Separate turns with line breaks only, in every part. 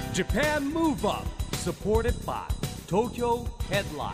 Japan Move Up supported by Tokyo Headline。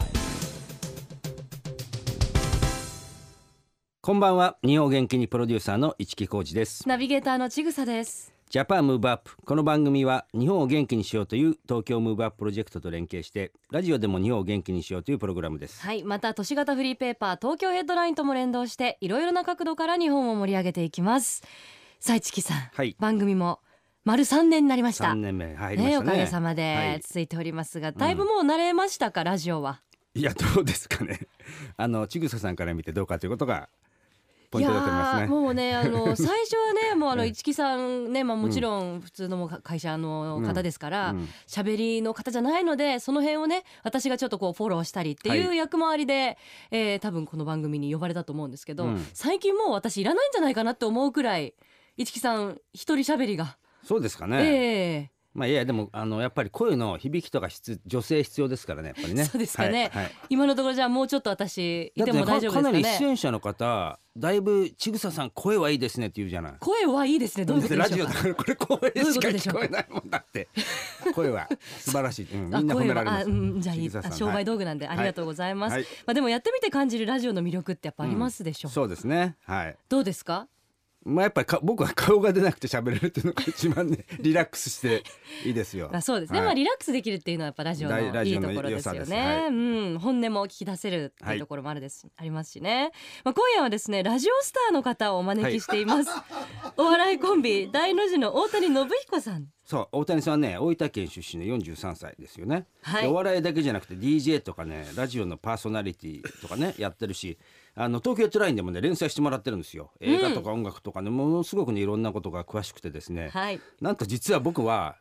こんばんは。日本元気にプロデューサーの市木浩司です。
ナビゲーターのちぐさです。
ジャパンムーブアップ。この番組は日本を元気にしようという東京ムーブアッププロジェクトと連携してラジオでも日本を元気にしようというプログラムです。
はい、また都市型フリーペーパー東京ヘッドラインとも連動していろいろな角度から日本を盛り上げていきます。さあ市木さん、
はい、
番組も丸3年になりました。
3年目入りましたね。
おかげさまで続いておりますが、だいぶもう慣れましたか、ラジオは。
いやどうですかね。ちぐささんから見てどうかということがポイントだと思いますね。
いやもうね最初はねもう市木さんね、もちろん普通の会社の方ですから喋、りの方じゃないので、その辺をね私がちょっとこうフォローしたりっていう役回りで、多分この番組に呼ばれたと思うんですけど、最近もう私いらないんじゃないかなって思うくらい市木さん一人喋りが。
そうですかね。いやでもやっぱり声の響きとか女性必要ですからね、やっぱりね。
そうですかね、今のところじゃあもうちょっと私いても大丈夫ですかね。
かなり出演者の方だいぶちぐささん声はいいですねって言うじゃない。
声はいいですね。どういうことでしょうか。
ラジオだからこれ声しか聞こえないもんだって声は素晴らしい、みんな褒められます。
じゃあいい商売道具なんでありがとうございます、でもやってみて感じるラジオの魅力ってやっぱありますでしょう。
そうですね、
どうですか。
やっぱり僕は顔が出なくて喋れるっていうのが一番ねリラックスしていいですよ。
そうですね、リラックスできるっていうのはやっぱラジオのいいところですよね。本音も聞き出せるっていうところもありますしね。今夜はですねラジオスターの方をお招きしています、お笑いコンビ大の字の大谷信彦さん。
そう大谷さんはね大分県出身の43歳ですよね、お笑いだけじゃなくて DJ とかねラジオのパーソナリティとかねやってるし、東京ヘッドラインでもね連載してもらってるんですよ。映画とか音楽とかね、ものすごくねいろんなことが詳しくてですね、なんと実は僕は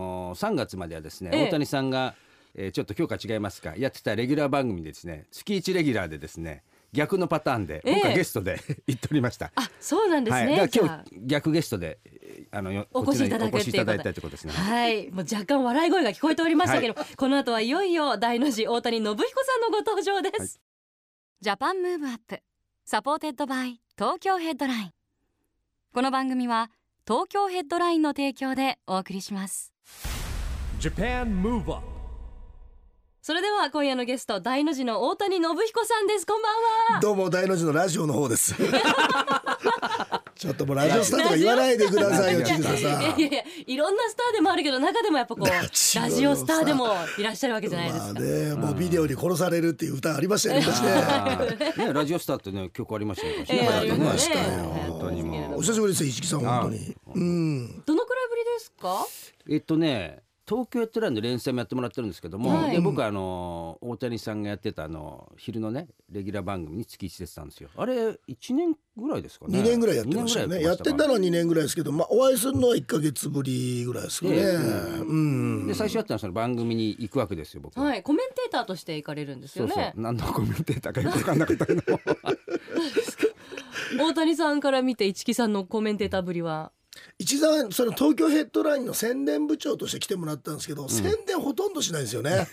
3月まではですね、大谷さんが、ちょっと評価違いますがやってたレギュラー番組でですね月1レギュラーでですね逆のパターンで僕はゲストで行っておりました、
そうなんですね、
だから今日逆ゲストで
お越しいただくっていうことで、もう若干笑い声が聞こえておりましたけど、この後はいよいよ大の字大谷信彦さんのご登場です、ジャパンムーブアップサポーテッドバイ東京ヘッドライン。この番組は東京ヘッドラインの提供でお送りします。
Japan Move Up。
それでは今夜のゲスト大の字の大谷信彦さんです。こんばんは。
どうも大の字のラジオの方ですちょっともうラジオスターとか言わないでくださいよちぐささん。
いろんなスターでもあるけど中でもやっぱこうラジオスターでもいらっしゃるわけじゃないですか。
もうビデオに殺されるっていう歌ありましたよね昔ね。
ラジオスターってね曲ありましたね。
ありましたよ。お久しぶりですよ市木さん本当に。
どのくらいぶりですか。
東京ヘッドラインの連載もやってもらってるんですけども、で僕は大谷さんがやってた昼のねレギュラー番組に月1出てたんですよ。あれ1年ぐらいですかね。
2年ぐらいやってましたよね。やってたのは2年ぐらいですけど、お会いするのは1ヶ月ぶりぐらいですかね。
で最初やったのはその番組に行くわけですよ僕は。
コメンテーターとして行かれるんですよね。
そう何のコメンテーターかよく分かんなかったけど
大谷さんから見て市木さんのコメンテーターぶりは。
一段その東京ヘッドラインの宣伝部長として来てもらったんですけど、宣伝ほとんどしないんですよね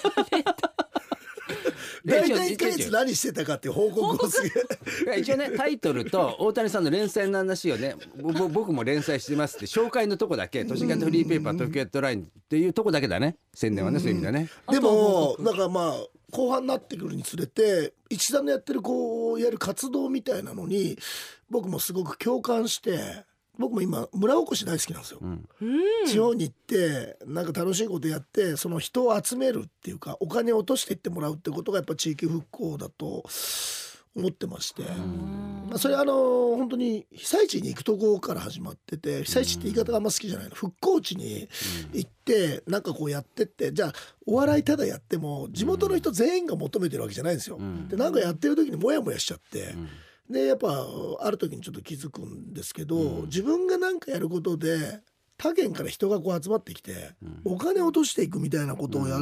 大体1ヶ月何してたかっていう報告をする
一応ねタイトルと大谷さんの連載の話をね僕も連載してますって紹介のとこだけ都市型フリーペーパー東京ヘッドラインっていうとこだけだね宣伝はね、そういう意味だね。
でもなんか後半になってくるにつれて一段のやってるこうやる活動みたいなのに僕もすごく共感して、僕も今村おこし大好きなんですよ、地方に行ってなんか楽しいことやってその人を集めるっていうかお金を落としていってもらうってことがやっぱ地域復興だと思ってまして、それ本当に被災地に行くところから始まってて、被災地って言い方があんま好きじゃないの。復興地に行ってなんかこうやってって、じゃあお笑いただやっても地元の人全員が求めてるわけじゃないんですよ、でなんかやってる時にモヤモヤしちゃって、でやっぱある時にちょっと気づくんですけど、自分がなんかやることで他県から人がこう集まってきて、お金を落としていくみたいなことをやって、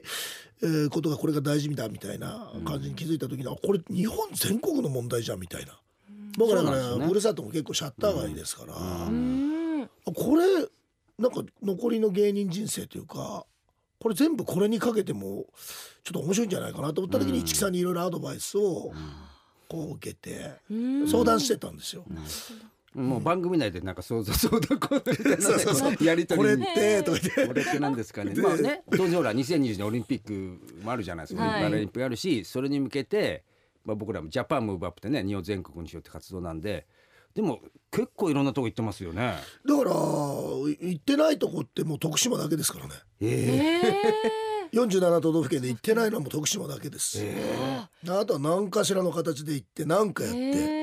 ことがこれが大事だみたいな感じに気づいた時に、これ日本全国の問題じゃんみたいな。僕らからふるさとも結構シャッター街ですから、これなんか残りの芸人人生というかこれ全部これにかけてもちょっと面白いんじゃないかなと思った時に市木さんにいろいろアドバイスをこう受けて相談してたんですよ。
もう番組内でなんか想像そうだこうみたいなねやり取り
これってとか言って
これってなんですかね。まあね、当時ほら2020年オリンピックもあるじゃないですか、
はい
パラリンピックあるし、それに向けて、僕らもジャパンムーブアップってね、日本全国にしようって活動なんで、でも結構いろんなとこ行ってますよね。
だから行ってないとこってもう徳島だけですからね。47都道府県で行ってないのはもう徳島だけです、あとは何かしらの形で行って何かやって、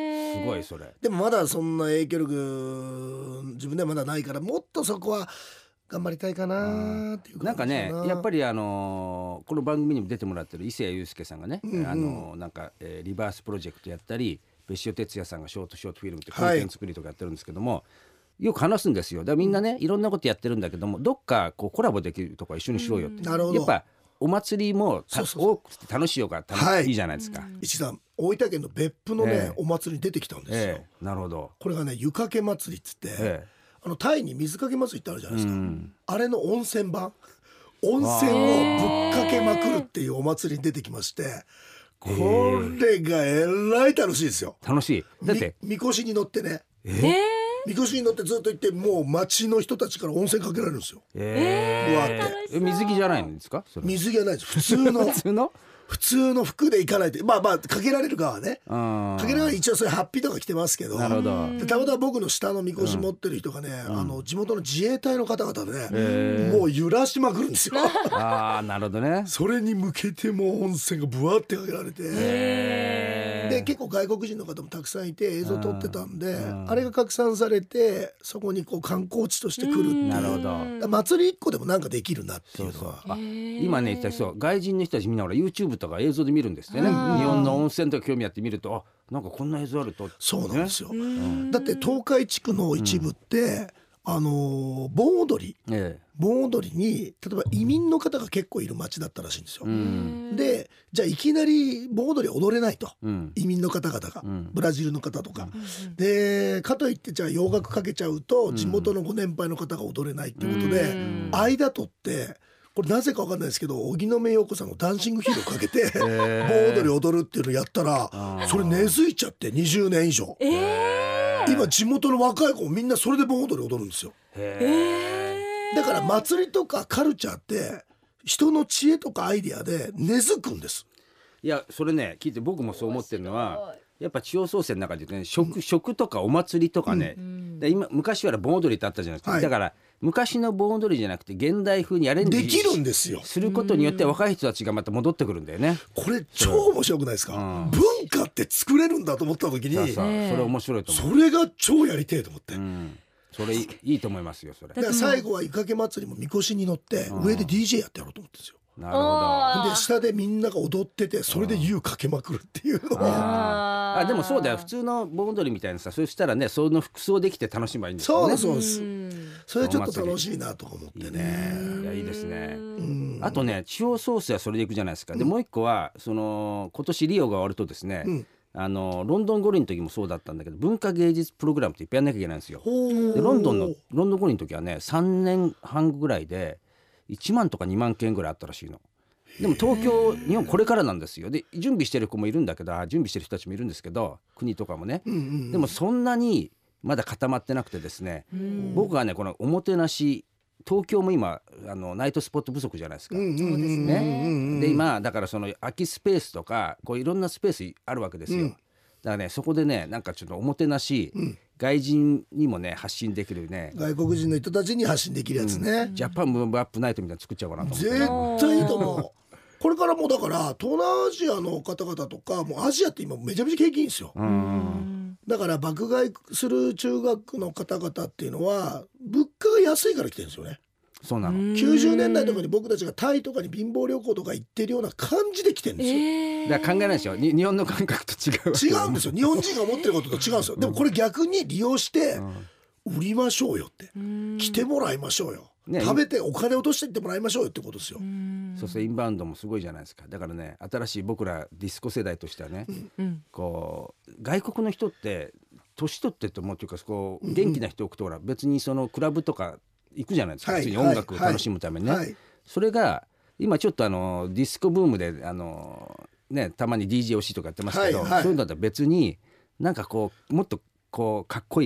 すごいそれ。
でもまだそんな影響力自分ではまだないから、もっとそこは頑張りたいかなっていう感じ
なんかね、やっぱりこの番組にも出てもらってる伊勢谷友介さんがね、なんか、リバースプロジェクトやったり、別所哲也さんがショートフィルムってコンテンツ作りとかやってるんですけども、よく話すんですよ。だからみんなね、いろんなことやってるんだけども、どっかこうコラボできるとか一緒にしろよって、
なるほど。
やっぱお祭りも多くて楽しいよがいいじゃないですか。
一段大分県の別府のね、お祭りに出てきたんですよ、
なるほど。
これがね湯かけ祭りっつって、タイに水かけ祭りってあるじゃないですか、あれの温泉版、温泉をぶっかけまくるっていうお祭りに出てきまして、これがえらい楽しいですよ。
楽しい。だって
みこしに乗ってね、みこしに乗ってずっと行って、もう町の人たちから温泉かけられるんですよ。うわって
水着じゃないんですか？それ
水着じゃないです。普通の普通の服で行かないと、まあかけられる側はね、かけられる側は一応それハッピーとか着てますけど、
なるほど。
でたまたま僕の下のみこし持ってる人がね、地元の自衛隊の方々でね、もう揺らしまくるんですよ。
ああ、なるほどね。
それに向けてもう温泉がブワーってかけられて、で結構外国人の方もたくさんいて映像撮ってたんで、あれが拡散されて、そこにこう観光地として来るっていう、
なるほど。
祭り一個でもなんかできるなっていうのは。
今ね言ったそう、外人の人たちみんなほら YouTube とか映像で見るんですってね。日本の温泉とか興味あって見ると、なんかこんな映像あると。
そうなんですよ、だって東海地区の一部って、盆踊りに例えば移民の方が結構いる町だったらしいんですよ、でじゃあいきなり盆踊り踊れないと、移民の方々が、ブラジルの方とか、でかといってじゃあ洋楽かけちゃうと地元のご年配の方が踊れないっていうことで、間取ってこれなぜか分かんないですけど、荻野目洋子さんのダンシングヒーローかけて盆踊り踊るっていうのやったら、それ根付いちゃって20年以上、今地元の若い子みんなそれで盆踊り踊るんですよ。だから祭りとかカルチャーって人の知恵とかアイディアで根付くんです。
いや、それね聞いて僕もそう思ってるのは、やっぱ地方創生の中でね、食とかお祭りとかね、で今昔は盆踊りってあったじゃないですか、だから昔の盆踊りじゃなくて現代風にアレンジ
できるんですよ。
することによって若い人たちがまた戻ってくるんだよね。
これ超面白くないですか、文化って作れるんだと思った時に、
それ面白いと思う。
それが超やりてえと思って、
それいいと思いますよ。それ
だから最後は湯かけ祭りもみこしに乗って上で DJ やってやろうと思ってるんですよ。
なるほど。
で下でみんなが踊ってて、それで湯かけまくるっていうの
は、でもそうだよ、普通の盆踊りみたいなさ、そうしたらね、その服装できて楽しめばいいんですよね。
そうです。それちょっと楽しいなとか思ってね。
いや、いいですね。あとね、地方創生はそれでいくじゃないですか。でもう一個は今年リオが終わるとですね、ロンドン五輪の時もそうだったんだけど、文化芸術プログラムっていっぱいやんなきゃいけないんですよ。でロンドン五輪の時はね、3年半ぐらいで1万とか2万件ぐらいあったらしいの。でも東京、日本これからなんですよ。で準備してる子もいるんだけど、準備してる人たちもいるんですけど、国とかもね、でもそんなにまだ固まってなくてですね、僕はね、このおもてなし、東京も今ナイトスポット不足じゃないですか。で今だからその空きスペースとかこういろんなスペースあるわけですよ。だからね、そこでね、なんかちょっとおもてなし、外人にもね発信できるね、
外国人の人たちに発信できるやつね、
ジャパンムーブアップナイトみたいなの作っちゃおうかなと思って。
絶対いいと思う。これからもうだから東南アジアの方々とか、もうアジアって今めちゃめちゃ景気いいんですよ。だから爆買いする中学の方々っていうのは物価が安いから来てるんですよね。
そうなの。
90年代とかに僕たちがタイとかに貧乏旅行とか行ってるような感じで来てるんですよ。
だから考えないですよ、日本の感覚と違う。
違うんですよ。日本人が思ってることと違うんですよ。でもこれ逆に利用して売りましょうよって、来てもらいましょうよ、食べてお金落としていってもらいましょうよってことですよ。
そうそう、インバウンドもすごいじゃないですか。だからね、新しい僕らディスコ世代としてはね、こう外国の人って年取ってと思うというか、こう元気な人を置くと、ほら別にそのクラブとか行くじゃないですか、普通に音楽を楽しむためにね、それが今ちょっとディスコブームでね、たまに DJ 推しとかやってますけど、そういうのだったら別になんかこうもっとこうかっこいい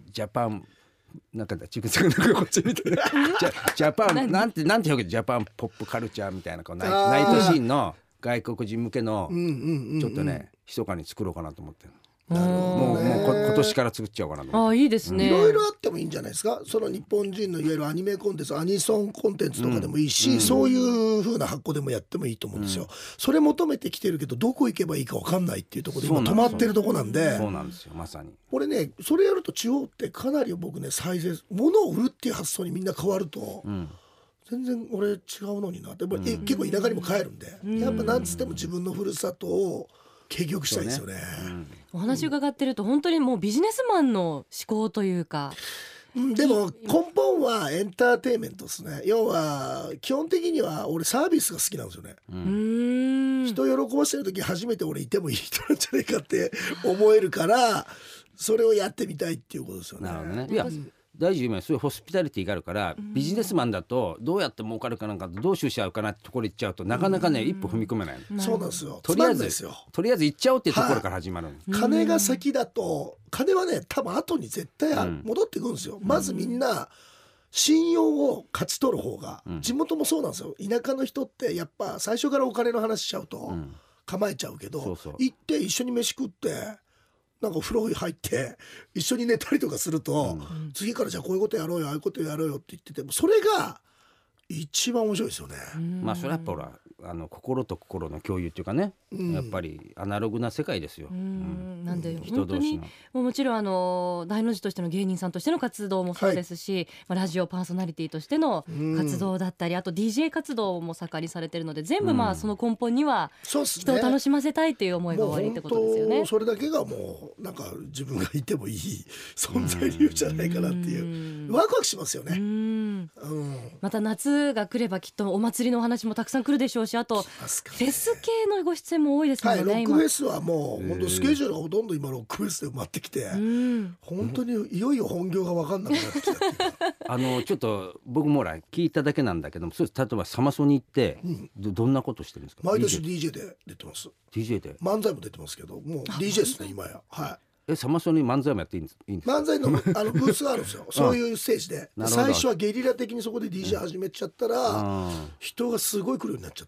ジャパンなんかちぐさぐこっちみたいなジャパンなんて表現ジャパンポップカルチャーみたいなナイトシーンの外国人向けのちょっとね密かに作ろうかなと思ってる。もう今年から作っちゃおうかなと思って。
いいですね。
いろいろあってもいいんじゃないですか。その日本人のいわゆるアニメコンテンツアニソンコンテンツとかでもいいし、そういう風な発行でもやってもいいと思うんですよ。それ求めてきてるけどどこ行けばいいか分かんないっていうところで今止まってるとこなんで。
そうなんですよまさに。
俺ねそれやると地方ってかなり僕ね再生物を売るっていう発想にみんな変わると、全然俺違うのになって、結構田舎にも帰るんで、やっぱなんつっても自分のふるさとを継続したいですよね。
お話伺ってると本当にもうビジネスマンの思考というか、
でも根本はエンターテインメントですね。要は基本的には俺サービスが好きなんですよね。人を喜ばせる時初めて俺いてもいい人なんじゃないかって思えるからそれをやってみたいっていうことですよね。
なるほどね。いや大事今そういうホスピタリティがあるから、ビジネスマンだとどうやって儲かるかなんかどう収支合うかなってところ行っちゃうとなかなかね一歩踏み込めないの。
そうなんですよ。
とりあえず行っちゃおうっていうところから始まるの。
金が先だと金はね多分後に絶対戻ってくるんですよ。まずみんな信用を勝ち取る方が、地元もそうなんですよ。田舎の人ってやっぱ最初からお金の話しちゃうと構えちゃうけど、行って一緒に飯食ってなんか風呂に入って一緒に寝たりとかすると、次からじゃあこういうことやろうよああいうことやろうよって言っててもそれが一番面白いですよね。
まあそれはやっぱほら心と心の共有っていうかね、やっぱりアナログな世界ですよ。
なんで本当にもちろん大の字としての芸人さんとしての活動もそうですし、ラジオパーソナリティとしての活動だったり、あと DJ 活動も盛んにされてるので全部その根本には人を楽しませたいっていう思いが終わりってことですよね。
それだけがもうなんか自分がいてもいい存在理由じゃないかなっていうワクワクしますよね。
また夏が来ればきっとお祭りのお話もたくさん来るでしょうし、あとフェス系のご出演も多いですもんね。
ロックフェスはもう本当スケジュールがほとんど今ロックフェスで埋まってきて、本当にいよいよ本業が分かんなくなってきたっていうか
ちょっと僕もほら聞いただけなんだけども、そうです。例えばサマソニってどんなことしてるんですか。
毎年 DJ で出てます。
DJ で
漫才も出てますけどもう DJ ですね今や。
サマソニ漫才もやっていいんですか。
漫才のブースがあるんですよそういうステージで。最初はゲリラ的にそこで DJ 始めちゃったら、人がすごい来るようになっちゃって、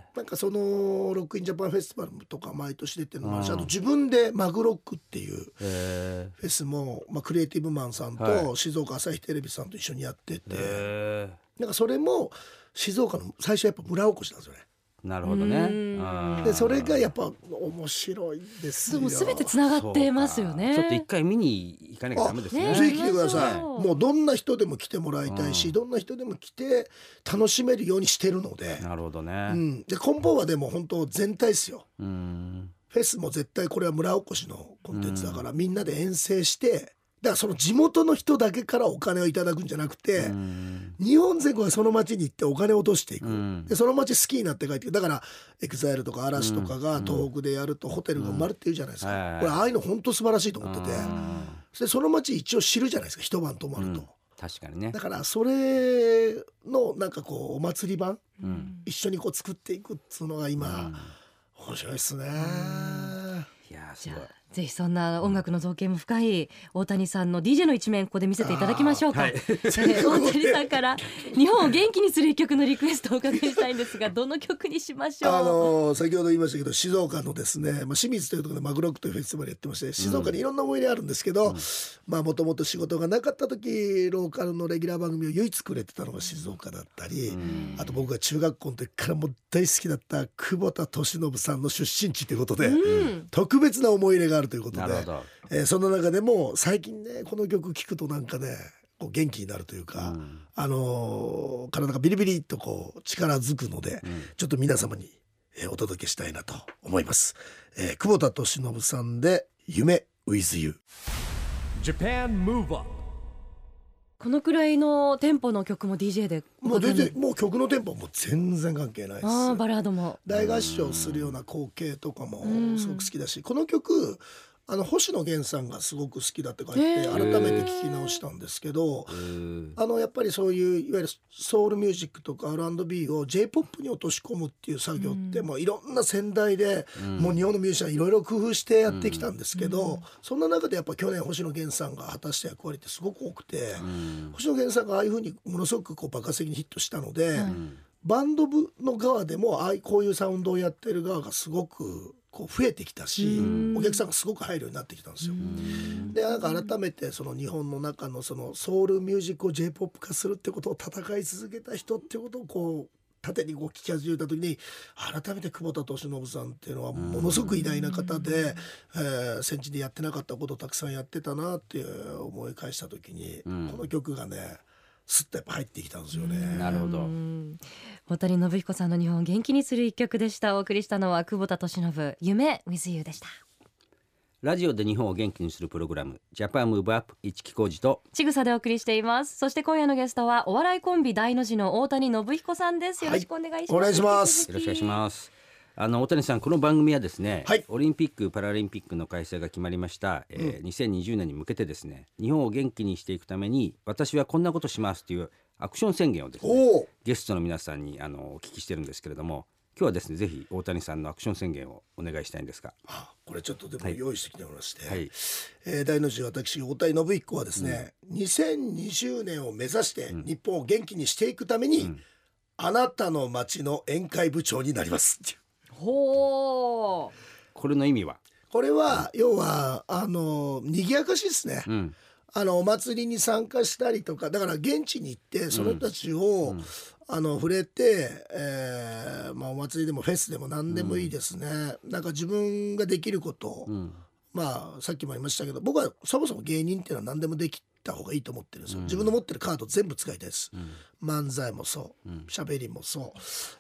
なんかそのロックインジャパンフェスティバルとか毎年出てるのもあるし、あと自分でマグロックっていうフェスも、クリエイティブマンさんと静岡朝日テレビさんと一緒にやってて、なんかそれも静岡の最初やっぱ村おこしなんですよね。
なるほどね。
でそれがやっぱ面白いですよ。
でも全てつながってますよね。
ちょっと一回見に行かなきゃダメですね。
ぜひ来てください。もうどんな人でも来てもらいたいし、どんな人でも来て楽しめるようにしてるので。
なるほどね。
で根本はでも本当全体ですよ。フェスも絶対これは村おこしのコンテンツだから、みんなで遠征して、だからその地元の人だけからお金をいただくんじゃなくて、日本全国はその町に行ってお金を落としていく、でその町好きになって帰っていく。だからエグザイルとか嵐とかが東北でやるとホテルが埋まるっていうじゃないですか、これああいうの本当素晴らしいと思ってて、でその町一応知るじゃないですか一晩泊まると、
確かにね。
だからそれのなんかこうお祭り版、一緒にこう作っていくっつうのが今、面白いですね。
いやすごい。
ぜひそんな音楽の造形も深い大谷さんの DJ の一面ここで見せていただきましょうか。大谷さんから日本を元気にする一曲のリクエストをお伺いしたいんですが、どの曲にしましょう。
先ほど言いましたけど静岡のですね、清水というところでマグロックというフェスティバルやってまして、静岡にいろんな思い出あるんですけど、もともと仕事がなかった時ローカルのレギュラー番組を唯一くれてたのが静岡だったり、あと僕が中学校の時からもう大好きだった久保田利伸さんの出身地ということで、特別な思い入れがあるということで、その中でも最近ねこの曲聴くとなんかねこう元気になるというか、体がビリビリっとこう力づくので、ちょっと皆様に、お届けしたいなと思います。久保田利伸さんで夢 with you。
Japan Move Up。
このくらいのテンポの曲も DJ で
もう曲のテンポも全然関係ないです。
バラードも
大合唱するような光景とかもすごく好きだし、この曲星野源さんがすごく好きだって書いて改めて聞き直したんですけど、やっぱりそういういわゆるソウルミュージックとか R&B を J-POP に落とし込むっていう作業ってもういろんな先代でもう日本のミュージシャンいろいろ工夫してやってきたんですけど、そんな中でやっぱ去年星野源さんが果たした役割ってすごく多くて、星野源さんがああいうふうにものすごくこう爆発的にヒットしたので、バンド部の側でもこういうサウンドをやってる側がすごくこう増えてきたし、お客さんがすごく入るようになってきたんですよ。でなんか改めてその日本の中のそのソウルミュージックを J-POP 化するってことを戦い続けた人っていうことをこう縦にこう聞き始めた時に改めて久保田利伸さんっていうのはものすごく偉大な方で、戦地でやってなかったことをたくさんやってたなっていう思い返した時に、この曲がねスッとやっぱ入ってきたんですよね。
なるほど。
大谷信彦さんの日本を元気にする一曲でした。お送りしたのは久保田利伸夢 with you でした。
ラジオで日本を元気にするプログラムジャパンムーブアップ市木浩二と
ちぐさでお送りしています。そして今夜のゲストはお笑いコンビ大の字の大谷信彦さんです。よろしくお願いします。
お願いします。
よろしくお願いします。大谷さん、この番組はですね、オリンピック・パラリンピックの開催が決まりました、2020年に向けてですね、日本を元気にしていくために私はこんなことしますというアクション宣言をですね、ゲストの皆さんにお聞きしてるんですけれども、今日はですねぜひ大谷さんのアクション宣言をお願いしたいんですが。
これちょっとでも用意してきておりまして、大の字私大谷信彦はですね、2020年を目指して日本を元気にしていくために、あなたの街の宴会部長になりますっていう。
ほう。
これの意味は？
これは要は賑やかしですね。お祭りに参加したりとか、だから現地に行ってその人たちを、触れて、お祭りでもフェスでも何でもいいですね、なんか自分ができることを、さっきもありましたけど、僕はそもそも芸人っていうのは何でもできた方がいいと思ってるんですよ。自分の持ってるカード全部使いたいです、漫才もそう喋りもそう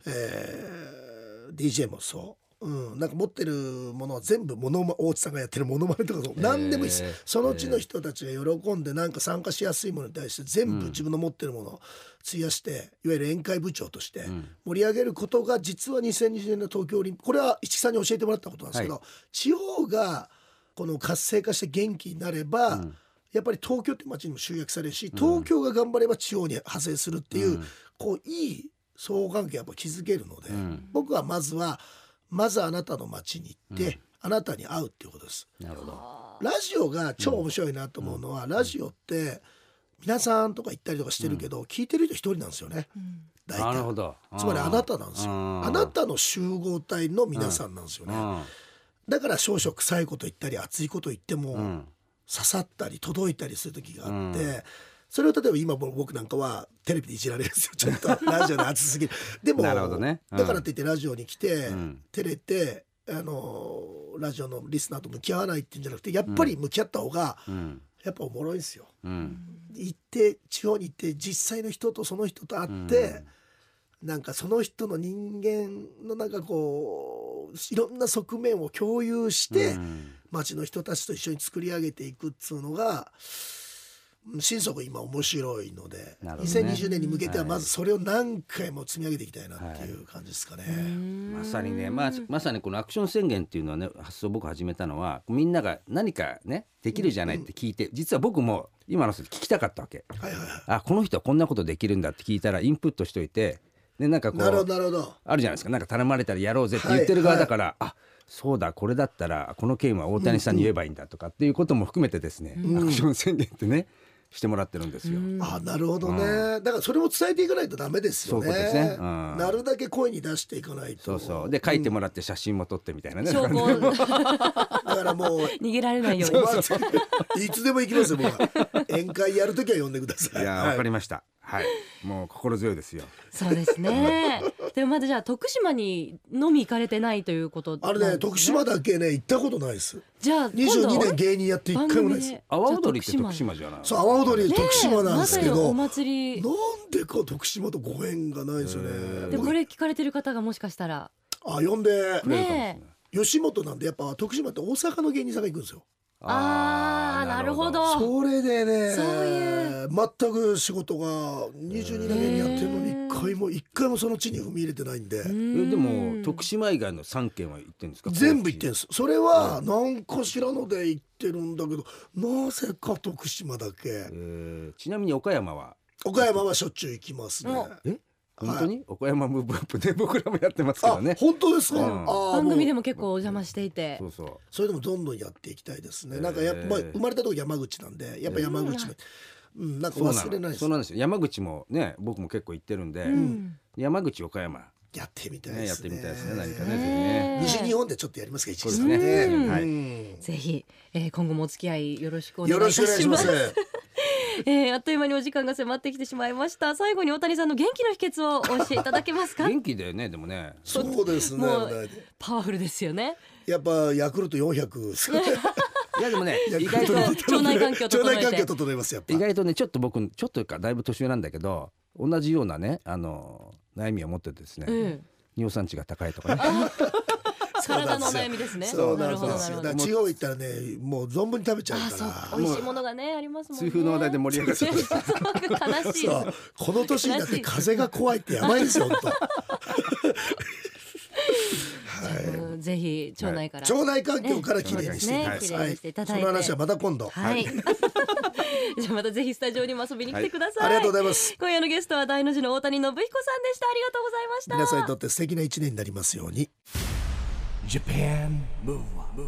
、DJ もそう、なんか持ってるものは全部大津さんがやってるモノマネとか何でもいいです、そのうちの人たちが喜んでなんか参加しやすいものに対して全部自分の持ってるものを費やして、いわゆる宴会部長として盛り上げることが実は2020年の東京オリンピック、これは市木さんに教えてもらったことなんですけど、地方がこの活性化して元気になれば、やっぱり東京って街にも集約されるし、東京が頑張れば地方に派生するっていう、こういい相互関係をやっぱ築けるので、僕はまずあなたの街に行って、あなたに会うっていうことです。
なるほど。
ラジオが超面白いなと思うのは、ラジオって皆さんとか言ったりとかしてるけど、聞いてる人一人なんですよね、大体。
なるほど。
つまりあなたなんですよ。あなたの集合体の皆さんなんですよね、だから少々臭いこと言ったり熱いこと言っても、刺さったり届いたりする時があって、それを例えば今僕なんかはテレビでいじられるんですよ、ちょっとラジオで熱すぎるでも
なるほどね、
だからって言ってラジオに来て、照れてラジオのリスナーと向き合わないっていうんじゃなくて、やっぱり向き合った方が、やっぱおもろいんですよ、行って地方に行って実際の人とその人と会って、なんかその人の人間のなんかこういろんな側面を共有して、街の人たちと一緒に作り上げていくっつうのが心底今面白いので、2020年に向けてはまずそれを何回も積み上げていきたいなっていう感じですかね、
まさにね、まさにこのアクション宣言っていうのはね、発想僕始めたのはみんなが何かねできるじゃないって聞いて、実は僕も今の人聞きたかったわけ、この人はこんなことできるんだって聞いたらインプットしといて、でなんかこうあるじゃないですか、なんか頼まれたらやろうぜって言ってる側だから、そうだこれだったらこの件は大谷さんに言えばいいんだとかっていうことも含めてですね、アクション宣言ってねしてもらってるんですよ。
なるほどね、だからそれも伝えていかないとダメですよね。
そういうことですね、
なるだけ声に出していかないと。
そうで書いてもらって写真も撮ってみたいなね、
だ
からもう
逃げられないよう
にいつでも行きますよ僕は。宴会やるときは呼んでください。
いやわかりました、もう心強いですよ。
そうですね。でもまだじゃあ徳島に飲み行かれてないということなんですね。
徳島だけね行ったことないです。
じゃあ
22年芸人やって1回もないです。
阿波踊りって徳島じゃない？
そう、阿波踊り徳島なんですけど、
お祭り
なんでか徳島とご縁がないですよね。
でこれ聞かれてる方がもしかしたら
呼んで
ね、
吉本なんでやっぱ徳島って大阪の芸人さんが行くんですよ。
なるるほど。
それでね、
そういう
全く仕事が22年目にやってるのに一回もその地に踏み入れてないんで、
でも徳島以外の3県は行ってるんですか？
全部行ってるんです。それは何かしらので行ってるんだけど、なぜか徳島だけ。
ちなみに岡山は
しょっちゅう行きますね。
本当に、岡山ムーブアップで僕らもやってますけどね。
本当ですか？
番組でも結構お邪魔していて、
それでもどんどんやっていきたいですね。なんか生まれたとこ山口なんで、やっぱ山口のなんか忘れないです。
そうなんですよ。山口もね、僕も結構行ってるんで、山口岡山
やってみたいですね。
何かね、
西日本でちょっとやりますか、一
ですね。
ぜひ今後もお付き合いよろしくお願いいたします。あっという間にお時間が迫ってきてしまいました。最後に大谷さんの元気の秘訣をお教えいただけますか？
元気だよね。でもね、
そうですね。
パワフルですよね。
やっぱヤクルト400。
いやでもね、
意外と腸内環境
整えます。やっぱ
意外とね、ちょっとかだいぶ年上なんだけど、同じようなね悩みを持っててですね、尿酸値が高いとかね。
体のお悩みですね。
そうなんですよ。地方行ったらね、もう存分に食べちゃうから。
美味しいものがねありますもんね。
痛風の話題で盛り上がって
悲しい。
この年になって風が怖いってやばいですよ。
ぜひ腸内から
腸内環境からきれいにしていただいて、その話はまた今度。
じゃあまたぜひスタジオにも遊びに来てください。
ありがとうございます。
今夜のゲストは大の字の大谷信彦さんでした。ありがとうございました。
皆さんにとって素敵な一年になりますように。
Japan Move Up。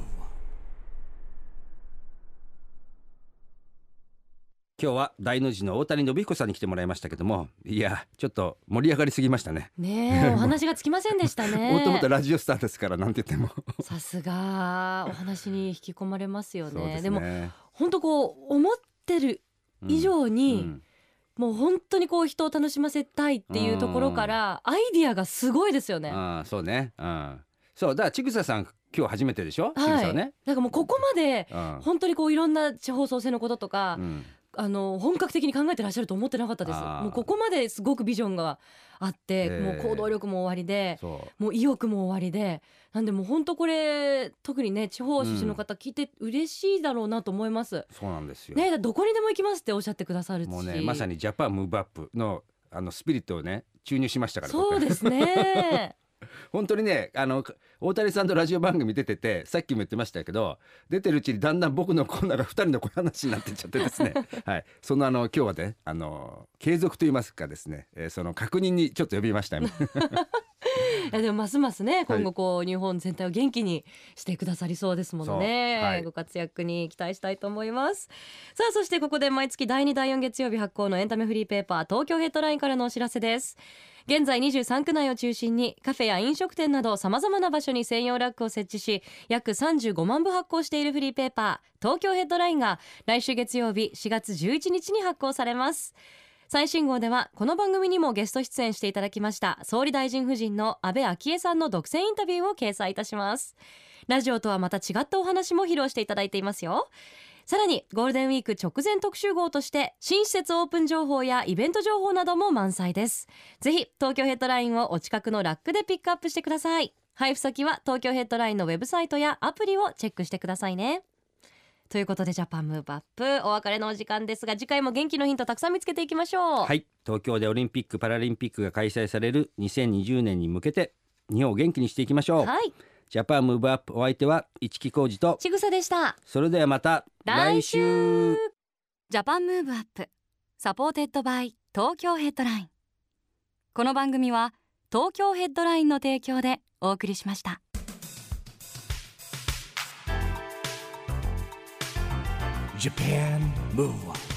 今日は大の字の大谷信彦さんに来てもらいましたけども、いやちょっと盛り上がりすぎましたね。
ねえ、お話がつきませんでしたね。
もともとラジオスターですからなんて言っても
さすがお話に引き込まれますよね。
そうですね。
でも本当こう思ってる以上に、もう本当にこう人を楽しませたいっていうところからアイディアがすごいですよね。
そうね。そうだからちぐささん今日初めてでしょ。ちぐさはね。
なんかもうここまで本当にこういろんな地方創生のこととか、本格的に考えてらっしゃると思ってなかったです。もうここまですごくビジョンがあって、もう行動力も終わりで、もう意欲も終わりで、なんでもう本当これ特にね地方出身の方聞いて嬉しいだろうなと思います。
そうなんですよ
ね。どこにでも行きますっておっしゃってくださるし、
もうねまさにジャパンムーブアップのスピリットをね注入しましたから。
そうですね。
本当にね大谷さんとラジオ番組出てて、さっきも言ってましたけど、出てるうちにだんだん僕のコーナーが2人の小話になってっちゃってですねその今日はね継続といいますかですね、その確認にちょっと呼びました
でもますますね今後こう日本全体を元気にしてくださりそうですもんね。ご活躍に期待したいと思います。さあそしてここで毎月第2第4月曜日発行のエンタメフリーペーパー東京ヘッドラインからのお知らせです。現在23区内を中心にカフェや飲食店などさまざまな場所に専用ラックを設置し、約35万部発行しているフリーペーパー東京ヘッドラインが来週月曜日4月11日に発行されます。最新号ではこの番組にもゲスト出演していただきました総理大臣夫人の安倍昭恵さんの独占インタビューを掲載いたします。ラジオとはまた違ったお話も披露していただいていますよ。さらにゴールデンウィーク直前特集号として新施設オープン情報やイベント情報なども満載です。ぜひ東京ヘッドラインをお近くのラックでピックアップしてください。配布先は東京ヘッドラインのウェブサイトやアプリをチェックしてくださいね。ということでジャパンムーブアップお別れのお時間ですが、次回も元気のヒントたくさん見つけていきましょう。
はい、東京でオリンピックパラリンピックが開催される2020年に向けて日本を元気にしていきましょう。ジャパンムーブアップ、お相手は市木浩二と
ちぐさでした。
それではまた来週。
ジャパンムーブアップサポーテッドバイ東京ヘッドライン。この番組は東京ヘッドラインの提供でお送りしました。
Japan Move Up。